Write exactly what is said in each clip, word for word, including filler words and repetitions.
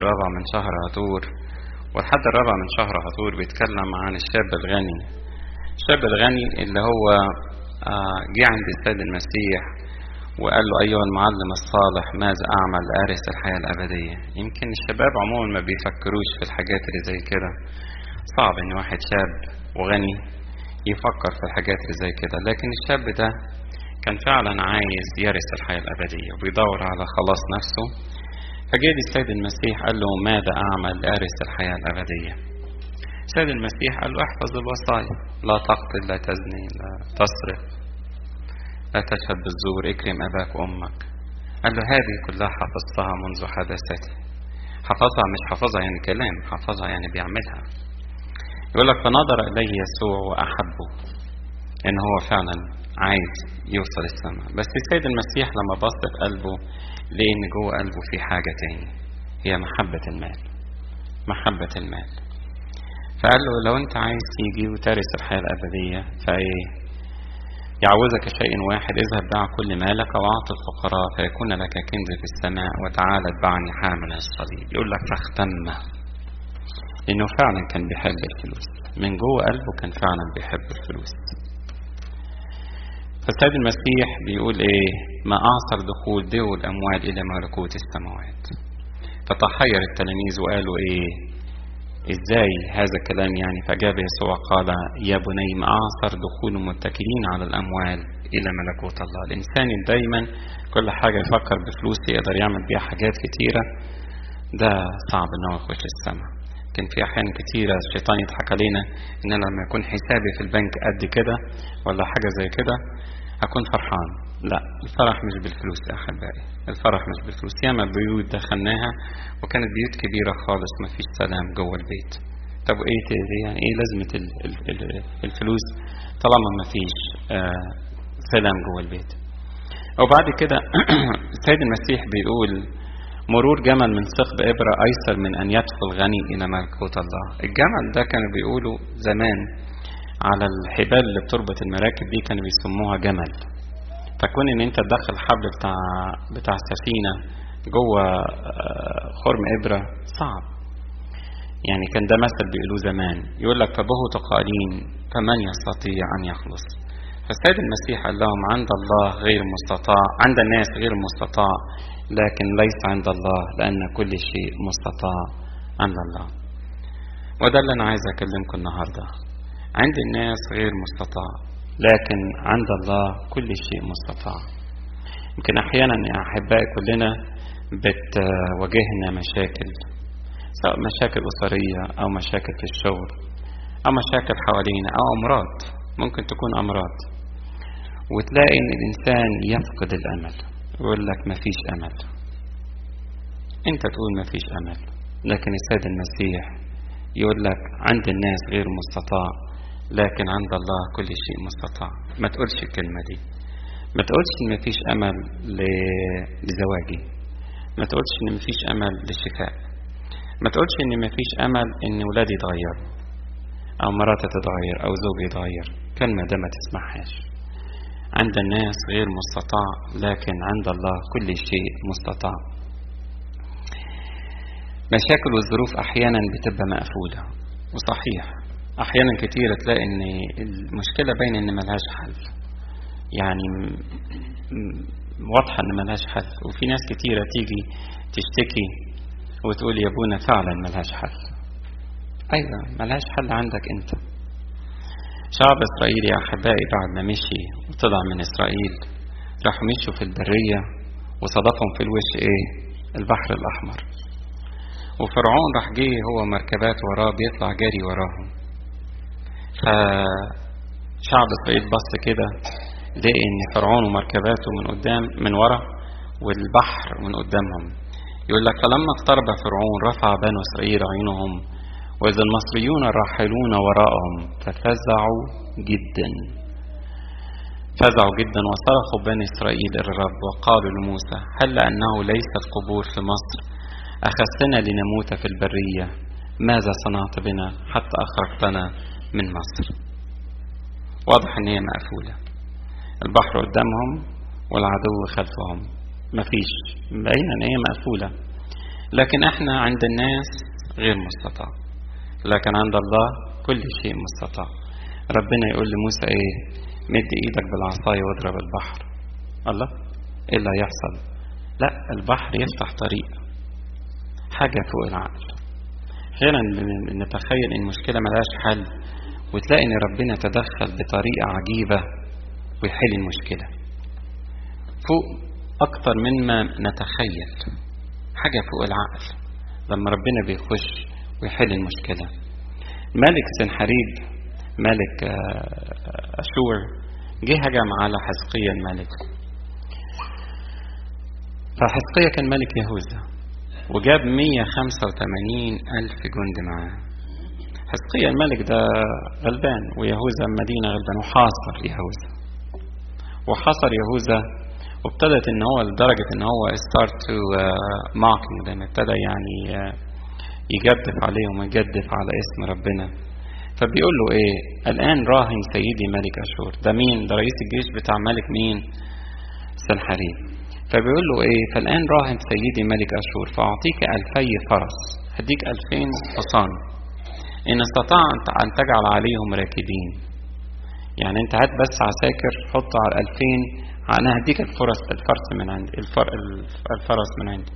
الرابع من شهر هطور، والحد الرابع من شهر هطور بيتكلم عن الشاب الغني. الشاب الغني اللي هو جه عند السيد المسيح وقال له أيها المعلم الصالح ماذا أعمل لأرث الحياة الأبدية؟ يمكن الشباب عموما ما بيفكروش في الحاجات اللي زي كده، صعب إن واحد شاب وغني يفكر في الحاجات اللي زي كده، لكن الشاب ده كان فعلا عايز يرث الحياة الأبدية وبيدور على خلاص نفسه. فجاء السيد المسيح قال له ماذا أعمل لأرث الحياة الأبدية؟ السيد المسيح قال له احفظ الوصايا، لا تقتل، لا تزني، لا تسرق، لا تشهد بالزور، اكرم أباك وأمك. قال له هذه كلها حفظتها منذ حداثتي. حفظها مش حفظها يعني كلام، حفظها يعني بيعملها. يقول لك فنظر إليه يسوع وأحبه، إن هو فعلا عايز يوصل السماء. بس السيد المسيح لما بص في قلبه لأن جوه قلبه في حاجة تاني، هي محبة المال. محبة المال. فقال له لو أنت عايز تيجي وترث الحياة الأبدية فإيه؟ يعوزك شيء واحد، اذهب بيع كل مالك وأعطي الفقراء فيكون لك كنز في السماء وتعال اتبعني حامل الصليب. يقول لك فاختمه، لأنه فعلا كان بيحب الفلوس من جوه قلبه، كان فعلا بيحب الفلوس. فالسيد المسيح بيقول ايه؟ ما أعصر دخول ذوي الأموال إلى ملكوت السماوات. فتحير التلاميذ وقالوا ايه؟ ازاي هذا الكلام يعني؟ فجاب يسوع قال يا بني ما أعصر دخول المتكلين على الأموال إلى ملكوت الله. الإنسان دايما كل حاجة يفكر بفلوس يقدر يعمل بيها حاجات كتيرة، ده صعب انه يخش السماء. كان في أحيان كتيرة الشيطان يضحك علينا إن لما يكون حسابي في البنك قد كده ولا حاجة زي كده أكون فرحان. لا، الفرح مش بالفلوس يا أحبائي، الفرح مش بالفلوس. ياما بيوت دخلناها وكانت بيوت كبيرة خالص ما فيش سلام جوه البيت. طب إيه يعني إيه لازمة الفلوس طالما ما فيش آه سلام جوه البيت؟ وبعد كده السيد المسيح بيقول مرور جمل من ثقب إبرة أيسر من أن يدخل غني إلى ملكوت الله. الجمل ده كانوا بيقولوا زمان على الحبال اللي بتربط المراكب دي كانوا بيسموها جمل. فكون ان انت تدخل حبل بتاع بتاع سفينة جوه خرم إبرة صعب. يعني كان ده مثل بيقولوه زمان، يقول لك فبهت قائلين فمن يستطيع أن يخلص. فالسيد المسيح قال لهم عند الله غير مستطاع، عند الناس غير مستطاع لكن ليس عند الله، لأن كل شيء مستطاع عند الله. وده اللي أنا عايز أكلمكم النهاردة. عند الناس غير مستطاع لكن عند الله كل شيء مستطاع. يمكن أحيانا يا أحبائي كلنا بتواجهنا مشاكل، سواء مشاكل أسرية أو مشاكل في الشغل أو مشاكل حوالينا أو أمراض، ممكن تكون أمراض، وتلاقي إن الإنسان يفقد الأمل، يقول لك مفيش أمل. أنت تقول مفيش أمل، لكن السيد المسيح يقول لك عند الناس غير مستطاع لكن عند الله كل شيء مستطاع. ما تقولش الكلمة دي، ما تقولش إن مفيش أمل لزواجي، ما تقولش إن مفيش أمل للشفاء، ما تقولش إن مفيش أمل إن ولادي يتغيروا أو مراتي تتغير أو زوجي يتغير. كلمة ده ما تسمعهاش. عند الناس غير مستطاع لكن عند الله كل شيء مستطاع. مشاكل والظروف أحيانا بتبقى مقفولة، وصحيح أحيانا كتير تلاقي إن المشكلة باين إن ملهاش حل، يعني واضحة إن ملهاش حل. وفي ناس كتيرة تيجي تشتكي وتقول يا ابونا فعلا ملهاش حل. أيوة ملهاش حل عندك أنت. شعب إسرائيل يا أحبائي بعد ما مشي وطلع من إسرائيل راحوا مشوا في البرية وصادفهم في الوش إيه؟ البحر الأحمر. وفرعون راح جه هو مركبات وراه بيطلع جاري وراهم. فشعب إسرائيل بص كده لقى إن فرعون ومركباته من قدام من ورا والبحر من قدامهم. يقول لك فلما اقترب فرعون رفع بنو إسرائيل عيونهم وإذا المصريون الراحلون وراءهم ففزعوا جدا فزعوا جدا وصرخوا بني إسرائيل إلى الرب وقالوا لموسى هل أنه ليست قبور في مصر أخذتنا لنموت في البرية؟ ماذا صنعت بنا حتى أخرجتنا من مصر؟ واضح أن هي مقفولة، البحر قدامهم والعدو خلفهم، مفيش، باين أن هي مقفولة. لكن احنا عند الناس غير مستطاع، لكن عند الله كل شيء مستطاع. ربنا يقول لموسى ايه؟ مد ايدك بالعصاية واضرب البحر. الله، ايه اللي هيحصل؟ لا، البحر يفتح طريق، حاجة فوق العقل. احيانا نتخيل ان المشكلة ملهاش حل، وتلاقي ان ربنا تدخل بطريقة عجيبة ويحل المشكلة فوق اكتر مما نتخيل، حاجة فوق العقل لما ربنا بيخش ويحل المشكلة. ملك سنحريب ملك أشور جه هجم على حزقيا الملك، فحزقيا كان ملك يهوذا وجاب مية وخمسة وثمانين ألف جند معاه. حزقيا الملك ده غلبان، ويهوذا مدينة غلبان، وحاصر يهوذا وحاصر يهوذا وابتدت ان هو لدرجة ان هو start to mocking them، ابتدى يعني يجدف عليهم ويجدف على اسم ربنا. فبيقول له ايه؟ الان راهن سيدي ملك اشور. ده مين؟ ده رئيس الجيش بتاع ملك مين؟ سنحريب. فبيقول له ايه؟ فالان راهن سيدي ملك اشور فاعطيك الفي فرس، هديك الفين حصان ان استطعت ان تجعل عليهم راكبين. يعني انت هات بس عساكر حط على الالفين، انا هديك الفرس الفرس من عندي الفر الفرس من عندي.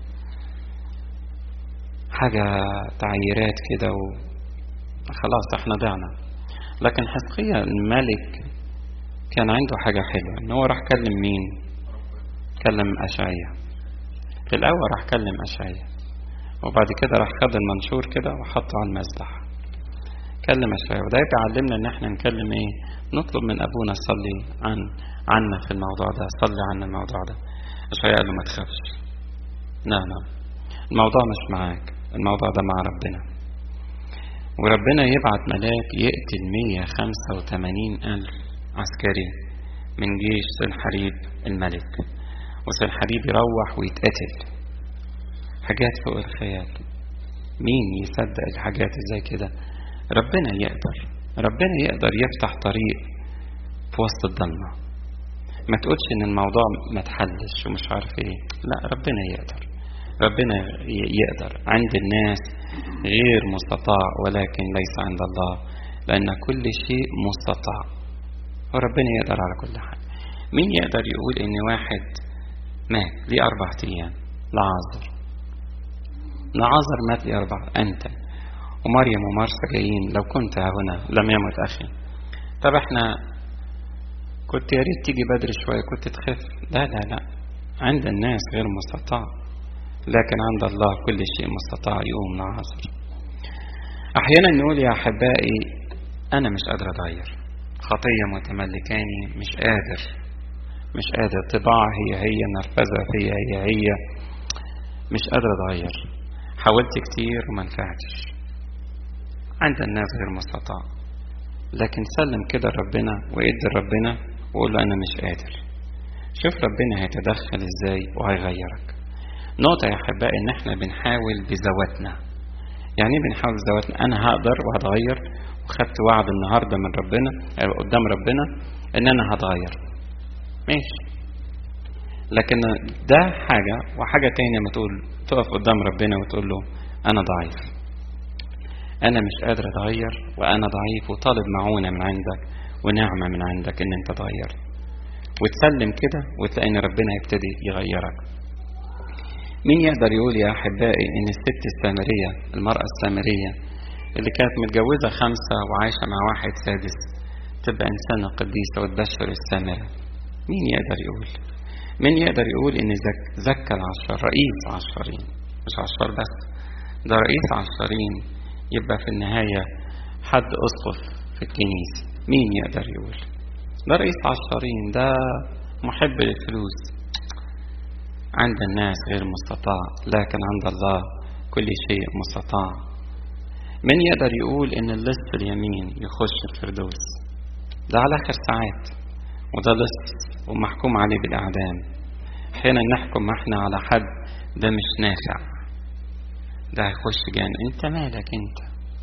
حاجة تعييرات كده وخلاص احنا ضعنا. لكن حزقيا الملك كان عنده حاجة حلوة، ان هو راح كلم مين؟ كلم أشعيا. في الاول راح كلم أشعيا، وبعد كده راح خد المنشور كده وحطه على المذبح كلم أشعيا. وده بيعلمنا ان احنا نكلم ايه؟ نطلب من ابونا صلي عن عنا في الموضوع ده، صلي عن الموضوع ده. أشعيا قال له ما تخافش، لا لا الموضوع مش معاك، الموضوع ده مع ربنا. وربنا يبعت ملاك يقتل مية وخمسة وثمانين ألف عسكري من جيش سنحريب الملك، وسنحريب يروح ويتقتل. حاجات فوق الخيال. مين يصدق الحاجات زي كده؟ ربنا يقدر، ربنا يقدر يفتح طريق في وسط الضلمة. ما تقولش ان الموضوع ما تحلش ومش عارف ايه، لا ربنا يقدر، ربنا يقدر. عند الناس غير مستطاع ولكن ليس عند الله، لأن كل شيء مستطاع وربنا يقدر على كل حاجة. مين يقدر يقول ان واحد مات ليه أربع أيام؟ لعازر. لعازر مات ليه أربع، أنت ومريم ومارسا جايين، لو كنت هنا لم يمت أخي. طب احنا كنت يا ريت تيجي بدري شوية كنت تخف. لا لا لا، عند الناس غير مستطاع لكن عند الله كل شيء مستطاع. يقوم لعازر. احيانا نقول يا احبائي انا مش قادر اتغير، خطية متملكاني، مش قادر مش قادر طباع هي هي، نرفزة فيها هي هي، مش قادر اتغير، حاولت كتير وما نفعتش. عند الناس غير مستطاع، لكن سلم كده ربنا وادي ربنا وقول له انا مش قادر. شوف ربنا هيتدخل ازاي وهيغيرك. نقطة يا احبائي ان احنا بنحاول بذواتنا. يعني ايه بنحاول بذواتنا؟ انا هقدر وهتغير، وخدت وعد النهاردة من ربنا قدام ربنا ان انا هتغير، ماشي. لكن ده حاجة، وحاجة تانية ما تقول تقف قدام ربنا وتقول له انا ضعيف، انا مش قادر اتغير، وانا ضعيف وطالب معونة من عندك ونعمة من عندك ان انت تغير، وتسلم كده وتلاقي ان ربنا يبتدي يغيرك. مين يقدر يقول يا احبائي ان الست السامرية، المرأة السامرية اللي كانت متجوزة خمسة وعايشة مع واحد سادس تبقى انسانة قديسة وتبشر السامرة؟ مين يقدر يقول؟ مين يقدر يقول ان زكى العشر، رئيس عشرين، مش عشر بس، ده رئيس عشرين، يبقى في النهاية حد أسقف في الكنيسة؟ مين يقدر يقول؟ ده رئيس عشرين، ده محب للفلوس. عند الناس غير مستطاع لكن عند الله كل شيء مستطاع. من يقدر يقول ان اللص اليمين يخش الفردوس؟ ده على آخر ساعات، وده لص ومحكوم عليه بالإعدام. حين نحكم احنا على حد ده مش نافع، ده هيخش جنة، انت مالك انت؟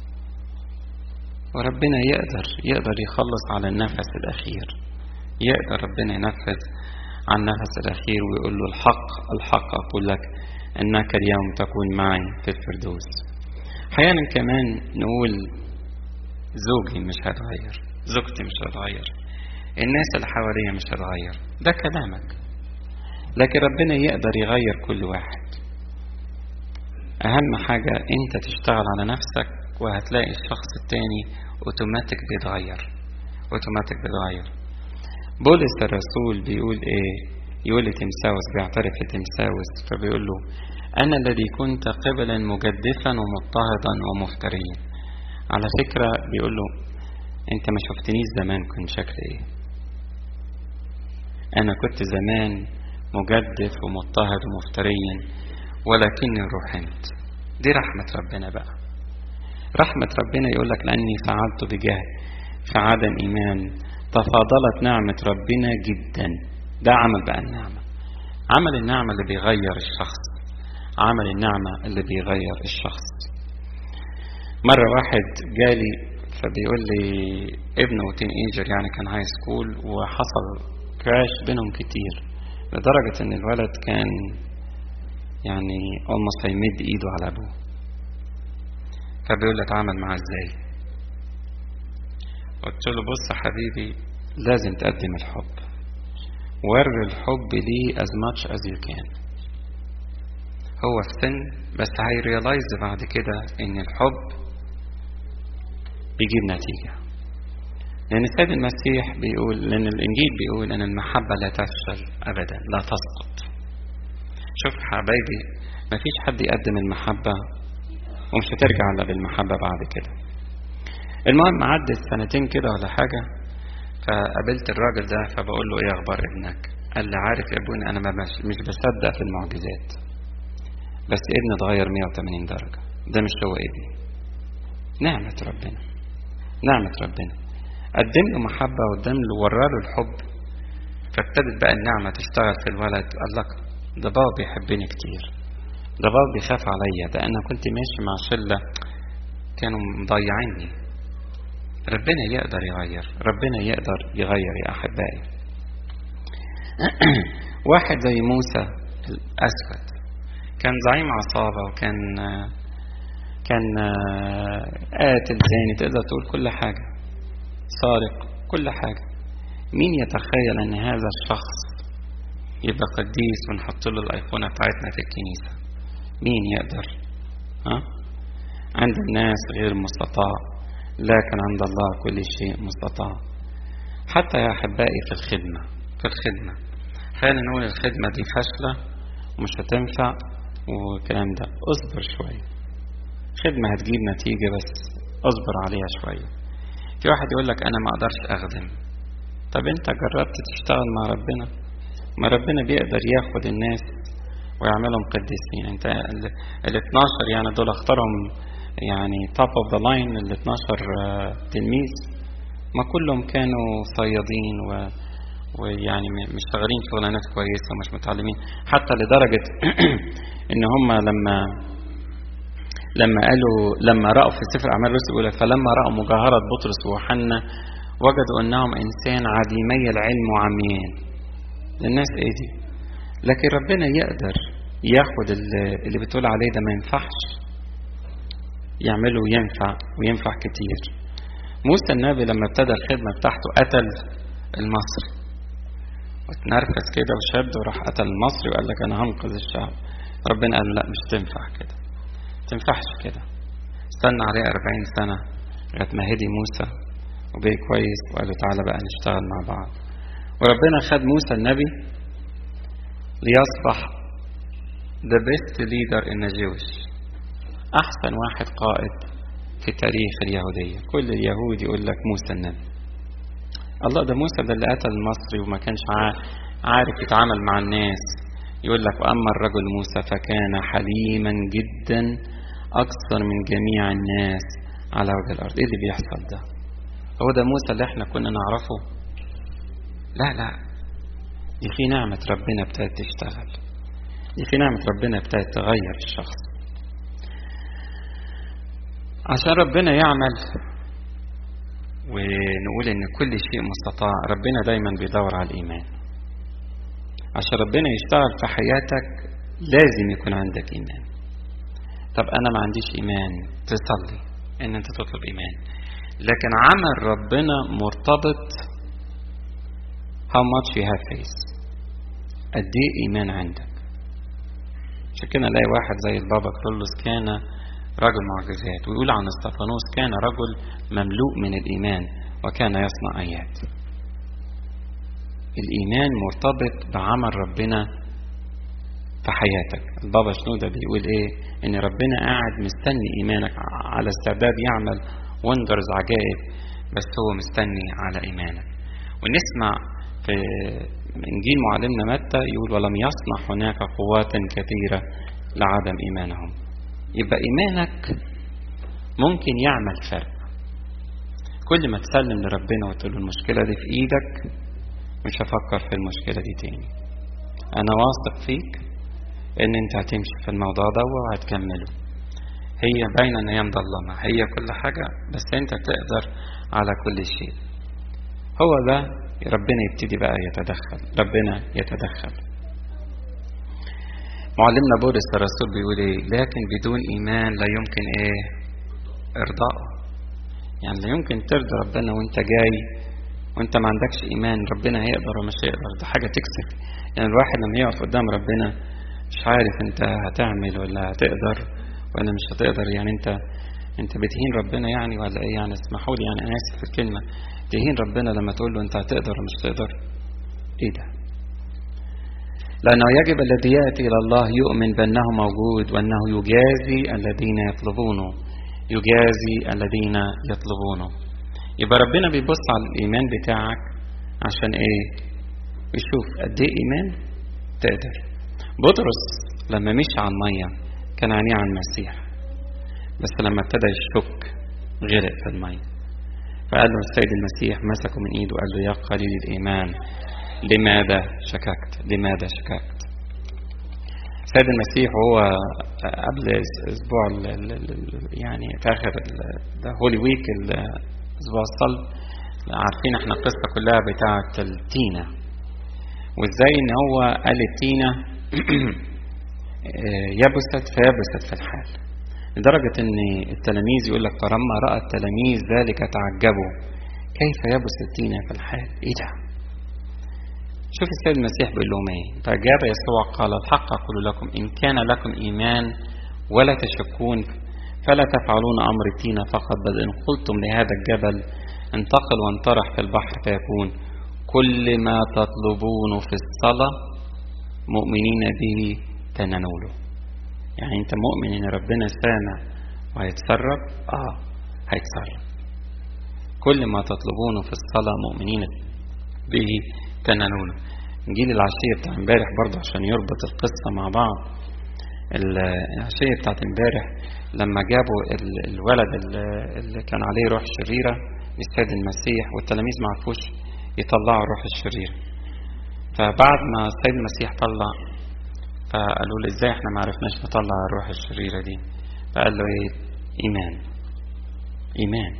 وربنا يقدر يقدر يخلص على النفس الأخير، يقدر ربنا ينفذ عن النفس الأخير ويقول له الحق الحق أقول لك أنك اليوم تكون معي في الفردوس. أحيانا كمان نقول زوجي مش هتغير، زوجتي مش هتغير، الناس اللي حواليا مش هتغير. ده كلامك، لكن ربنا يقدر يغير كل واحد. أهم حاجة أنت تشتغل على نفسك وهتلاقي الشخص التاني أوتوماتيك بيتغير، أوتوماتيك بيتغير. بولس الرسول بيقول إيه؟ يقول لتيموثاوس، بيعترف لتيموثاوس فبيقول له أنا الذي كنت قبلا مجدفا ومضطهدا ومفتريا. على فكرة بيقول له أنت ما شفتنيش زمان كنت شكل إيه؟ أنا كنت زمان مجدف ومضطهد ومفتريا ولكني رحمت. دي رحمة ربنا بقى، رحمة ربنا. يقول لك لأني فعلت بجهل في عدم إيمان تفاضلت نعمة ربنا جدا. ده عمل بقى النعمة، عمل النعمة اللي بيغير الشخص، عمل النعمة اللي بيغير الشخص. مرة واحد جالي فبيقول لي ابنه تين ايجر، يعني كان هاي سكول، وحصل كراش بينهم كتير لدرجة ان الولد كان يعني almost هيمد ايده على ابوه. فبيقول لي اتعامل معاه ازاي؟ قلت له بص يا حبيبي، لازم تقدم الحب، وري الحب ليه as much as you can. هو في سن بس هاي ريالايز بعد كده ان الحب بيجيب نتيجة، لأن السيد المسيح بيقول، لأن الإنجيل بيقول أن المحبة لا تفشل أبدا، لا تسقط. شوف حبايبي، ما فيش حد يقدم المحبة ومش هترجع إلا بالمحبة بعد كده. المهم عدت سنتين كده ولا حاجة، فقابلت الراجل ده فبقول له إيه أخبار ابنك؟ قال لي عارف يا ابونا أنا مش بصدق في المعجزات، بس ابني اتغير مية وتمانين درجة. ده مش هو ابني، نعمة ربنا، نعمة ربنا. قدم له محبة وقدم له وراله الحب، فابتدت بقى النعمة تشتغل في الولد. قال لك ده بابا بيحبني كتير، ده بابا بيخاف عليا، ده أنا كنت ماشي مع شلة كانوا مضيعيني. ربنا يقدر يغير، ربنا يقدر يغير يا أحبائي. واحد زي موسى الأسود كان زعيم عصابة، وكان كان قاتل زاني، تقدر تقول كل حاجة، سارق، كل حاجة. مين يتخيل أن هذا الشخص يبقى قديس ونحط له الأيقونة بتاعتنا في الكنيسة؟ مين يقدر؟ ها؟ عند الناس غير مستطاع، لكن عند الله كل شيء مستطاع. حتى يا أحبائي في الخدمة، في الخدمة خلينا نقول الخدمة دي فاشلة ومش هتنفع والكلام ده، اصبر شوية، خدمة هتجيب نتيجة بس اصبر عليها شوية. في واحد يقول لك أنا ما أقدرش أخدم. طب أنت جربت تشتغل مع ربنا؟ ما ربنا بيقدر ياخد الناس ويعملهم قديسين. أنت ال اتناشر يعني دول اختارهم يعني top of the line، ال اتناشر تلميذ ما كلهم كانوا صيادين و ويعني مش شغالين شغلانات كويسة ومش متعلمين، حتى لدرجة إن هم لما لما قالوا لما رأوا في سفر أعمال الرسل يقول فلما رأوا مجاهرة بطرس ويوحنا وجدوا أنهم إنسان عديمي العلم وعميان. للناس إيه دي؟ لكن ربنا يقدر ياخد اللي بتقول عليه ده ما ينفعش يعمله ينفع وينفع كتير. موسى النبي لما ابتدى الخدمة بتاعته قتل المصري واتنرفز كده وشد وراح قتل المصري وقال لك أنا هنقذ الشعب. ربنا قال لا مش تنفع كده، تنفعش كده. استنى عليه أربعين سنة لغاية ما هدي موسى وبقي كويس وقال له تعالى بقى نشتغل مع بعض. وربنا خد موسى النبي ليصبح the best leader in the Jewish، أحسن واحد قائد في تاريخ اليهودية. كل اليهود يقول لك موسى النبي. الله، ده موسى ده اللي قتل المصري وما كانش عارف يتعامل مع الناس. يقول لك وأما الرجل موسى فكان حليما جدا أكثر من جميع الناس على وجه الأرض. إيه اللي بيحصل ده؟ هو ده موسى اللي احنا كنا نعرفه؟ لا لا، دي في نعمة ربنا ابتدت تشتغل، دي في نعمة ربنا ابتدت تغير الشخص. عشان ربنا يعمل ونقول ان كل شيء مستطاع، ربنا دايما بيدور على الإيمان. عشان ربنا يشتغل في حياتك لازم يكون عندك إيمان. طب أنا ما عنديش إيمان، تصلي إن أنت تطلب إيمان. لكن عمل ربنا مرتبط how much you have faith، قد إيه إيمان عندك. عشان كده نلاقي واحد زي البابا كرولوس كان رجل معجزات، ويقول عن استفانوس كان رجل مملوء من الإيمان وكان يصنع آيات. الإيمان مرتبط بعمل ربنا في حياتك. البابا شنودة بيقول إيه؟ إن ربنا قاعد مستني إيمانك على استعداد يعمل وندرز عجائب، بس هو مستني على إيمانك. ونسمع في إنجيل معلمنا متى يقول ولم يصنع هناك قوات كثيرة لعدم إيمانهم. يبقى إيمانك ممكن يعمل فرق. كل ما تسلم لربنا وتقول المشكلة دي في إيدك، مش هفكر في المشكلة دي تاني، أنا واثق فيك إن أنت هتمشي في الموضوع ده وهتكمله. هي باينة إن هي مضلمة، هي كل حاجة، بس أنت تقدر على كل شيء. هو ده ربنا يبتدي بقى يتدخل، ربنا يتدخل. معلمنا بولس الرسول بيقول ايه؟ لكن بدون ايمان لا يمكن ايه؟ ارضائه. يعني لا يمكن ترضي ربنا وانت جاي وانت ما عندكش ايمان ربنا هيقدر ومش هيقدر. ده حاجة تكسف. يعني الواحد لما يقف قدام ربنا مش عارف انت هتعمل ولا هتقدر ولا مش هتقدر. يعني انت انت بتهين ربنا يعني ولا ايه؟ يعني اسمحوا لي، يعني انا اسف في الكلمة، تهين ربنا لما تقول له انت هتقدر ومش هتقدر. ايه ده؟ لأنه يجب الذي يأتي إلى الله يؤمن بأنه موجود وأنه يجازي الذين يطلبونه، يجازي الذين يطلبونه. يبقى ربنا بيبص على الإيمان بتاعك عشان إيه؟ يشوف قد إيه إيمان تقدر. بطرس لما مشي على المية كان عينيه على المسيح، بس لما ابتدى يشك غرق في المية. فقال له السيد المسيح مسكه من إيده وقال له يا قليل الإيمان لماذا شككت؟ لماذا شككت؟ السيد المسيح هو قبل اسبوع ال ال يعني في اخر الهولي ويك اسبوع الصلب، عارفين احنا القصه كلها بتاعه التينه، وازاي ان هو قال التينه يبست فيبست في الحال، لدرجه ان التلاميذ يقول لك فلما راى التلاميذ ذلك تعجبوا كيف يبس التينه في الحال. ايه ده؟ شوف السيد المسيح بيقول لهم ايه؟ فأجاب يسوع قال الحق أقول لكم إن كان لكم إيمان ولا تشكون فلا تفعلون أمر التينة فقط، بل إن قلتم لهذا الجبل انتقل وانطرح في البحر فيكون. كل ما تطلبونه في الصلاة مؤمنين به تنالوه. يعني أنت مؤمن إن ربنا سامع وهيتصرف؟ آه هيتصرف. كل ما تطلبونه في الصلاة مؤمنين به تنالونه. انجيل العشيه بتاع امبارح برضه عشان يربط القصه مع بعض. العشيه بتاعت امبارح لما جابوا الولد اللي كان عليه روح شريره للسيد المسيح والتلاميذ ما عرفوش يطلعوا الروح الشريره، فبعد ما السيد المسيح طلع فقالوا له ازاي احنا ما عرفناش نطلع الروح الشريره دي؟ فقال له ايه؟ ايمان. ايمان.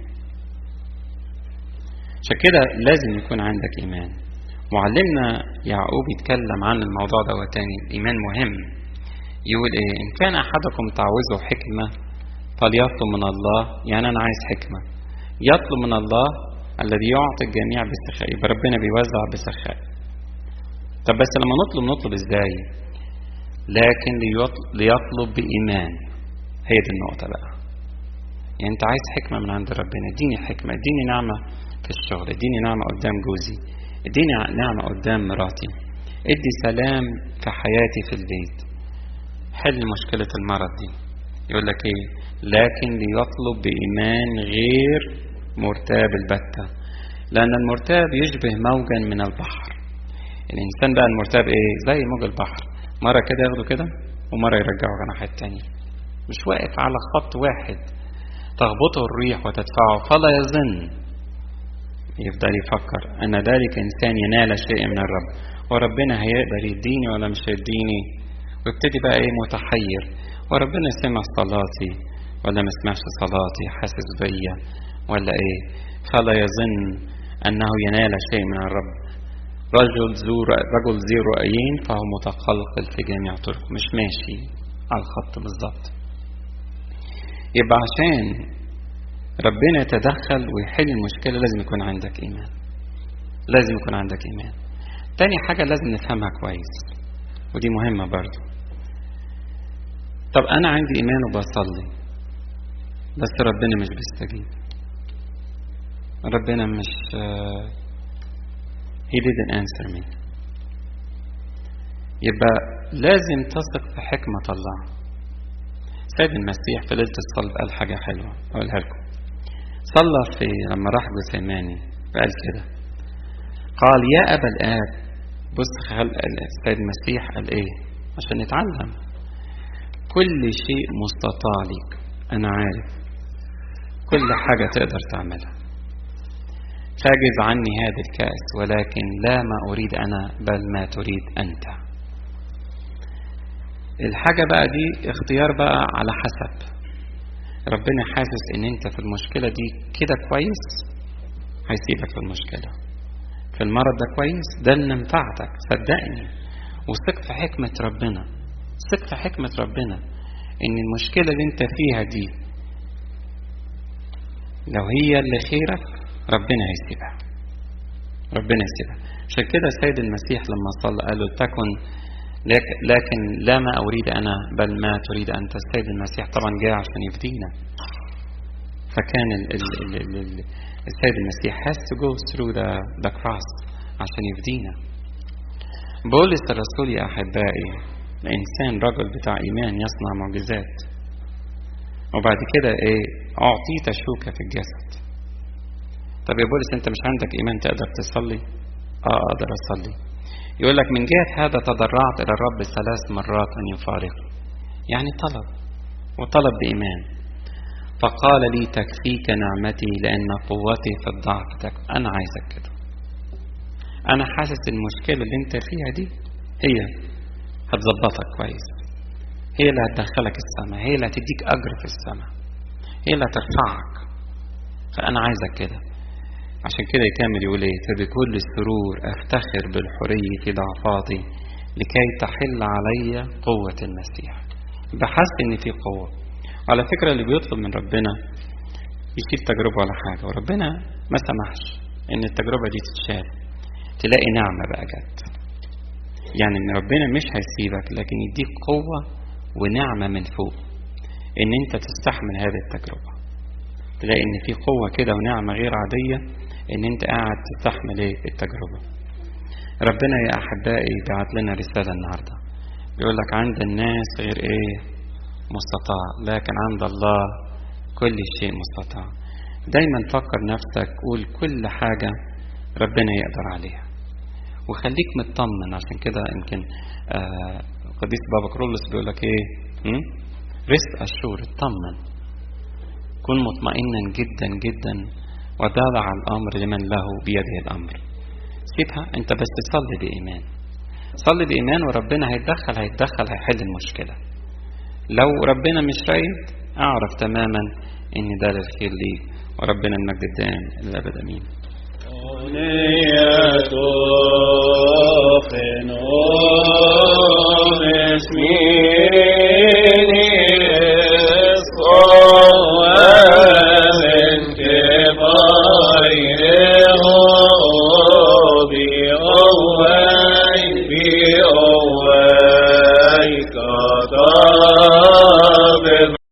عشان كده لازم يكون عندك ايمان. معلمنا يعقوب يتكلم عن الموضوع ده تاني. الإيمان مهم. يقول إيه؟ إن كان أحدكم تعوزه حكمة فليطلب من الله. يعني أنا عايز حكمة، يطلب من الله الذي يعطي الجميع بسخاء. يبقى ربنا بيوزع بسخاء. طب بس لما نطلب نطلب إزاي؟ لكن ليطلب بإيمان. هي دي النقطة بقى. يعني أنت عايز حكمة من عند ربنا، اديني حكمة، اديني نعمة في الشغل، اديني نعمة قدام جوزي، اديني نعمة قدام مراتي، ادي سلام في حياتي في البيت، حل مشكلة المرض دي. يقول لك ايه؟ لكن ليطلب بإيمان غير مرتاب البتة، لأن المرتاب يشبه موجا من البحر. الإنسان بقى المرتاب ايه؟ زي موج البحر، مرة كده ياخده كده ومرة يرجعه على ناحية تانية، مش واقف على خط واحد. تخبطه الريح وتدفعه فلا يظن، يفضل يفكر أن ذلك إنسان ينال شيء من الرب، وربنا هيقدر يديني ولا مش يديني، ويبتدي بقى ايه؟ متحير، وربنا سمع صلاتي ولا ما سمعش صلاتي، حاسس بيا ولا ايه؟ فلا يظن أنه ينال شيء من الرب، رجل ذو رجل ذي رأيين فهو متقلقل في جميع طرقه، مش ماشي على الخط بالظبط. يبقى عشان ربنا يتدخل ويحل المشكلة لازم يكون عندك إيمان، لازم يكون عندك إيمان. تاني حاجة لازم نفهمها كويس ودي مهمة برضو. طب أنا عندي إيمان وبصلي بس ربنا مش بيستجيب، ربنا مش uh, he didn't answer me. يبقى لازم تثق في حكمة الله. سيد المسيح في ليلة الصلب قال حاجة حلوة أقولها لكم. صلى في لما راح جثيماني قال كده، قال يا أبا الآب. بص السيد المسيح قال إيه عشان نتعلم، كل شيء مستطاع ليك، أنا عارف كل حاجة تقدر تعملها، فاجز عني هذا الكأس ولكن لا ما أريد أنا بل ما تريد أنت. الحاجة بقى دي اختيار بقى على حسب ربنا حاسس ان انت في المشكلة دي كده كويس هيسيبك في المشكلة، في المرض ده كويس ده اللي منفعتك صدقني، وثق في حكمة ربنا، ثق في حكمة ربنا ان المشكلة اللي انت فيها دي لو هي اللي خيرك ربنا هيسيبها، ربنا يسيبها. عشان كده سيد المسيح لما صلى قال له تكن لكن لا ما أريد أنا بل ما تريد أنت. السيد المسيح طبعا جاء عشان يفدينا، فكان ال ال ال ال ال السيد المسيح has to go through the, the cross عشان يفدينا. بولس الرسول يا أحبائي الإنسان رجل بتاع إيمان يصنع معجزات، وبعد كده إيه أعطيت شوكة في الجسد. طب يا بولس أنت مش عندك إيمان تقدر تصلي؟ آه أقدر أصلي. يقول لك من جهة هذا تضرعت إلى الرب ثلاث مرات أن يفارقني، يعني طلب وطلب بإيمان. فقال لي تكفيك نعمتي لأن قوتي في الضعف تكفي. أنا عايزك كده، أنا حاسس المشكلة اللي أنت فيها دي هي هتظبطك كويس، هي اللي هتدخلك السماء، هي اللي هتديك أجر في السماء، هي اللي هترفعك، فأنا عايزك كده. عشان كده يكمل يقول ايه فبكل السرور افتخر بالحرية في ضعفاتي لكي تحل علي قوة المسيح. بحس ان في قوة. على فكرة اللي بيطلب من ربنا يشيل تجربة ولا حاجة وربنا ما سمحش ان التجربة دي تتشال، تلاقي نعمة بقى جت. يعني ان ربنا مش هيسيبك لكن يديك قوة ونعمة من فوق ان انت تستحمل هذه التجربة. تلاقي ان في قوة كده ونعمة غير عادية ان انت قاعد تستحمل ايه التجربة. ربنا يا احبائي بعت لنا رسالة النهاردة بيقول لك عند الناس غير ايه مستطاع، لكن عند الله كل شيء مستطاع. دايما فكر نفسك قول كل حاجة ربنا يقدر عليها وخليك مطمن. عشان كده يمكن آه قديس بابا كرولوس بيقول لك ايه رست اشور، اطمن، كن مطمئنا جدا جدا وتضع الأمر لمن له بيده الأمر. سيبها أنت بس تصلي بإيمان، صلي بإيمان وربنا هيتدخل هيتدخل هيحل المشكلة. لو ربنا مش رايد أعرف تماما إن ده للخير ليك، وربنا المجد الدائم للأبد أمين. أغنية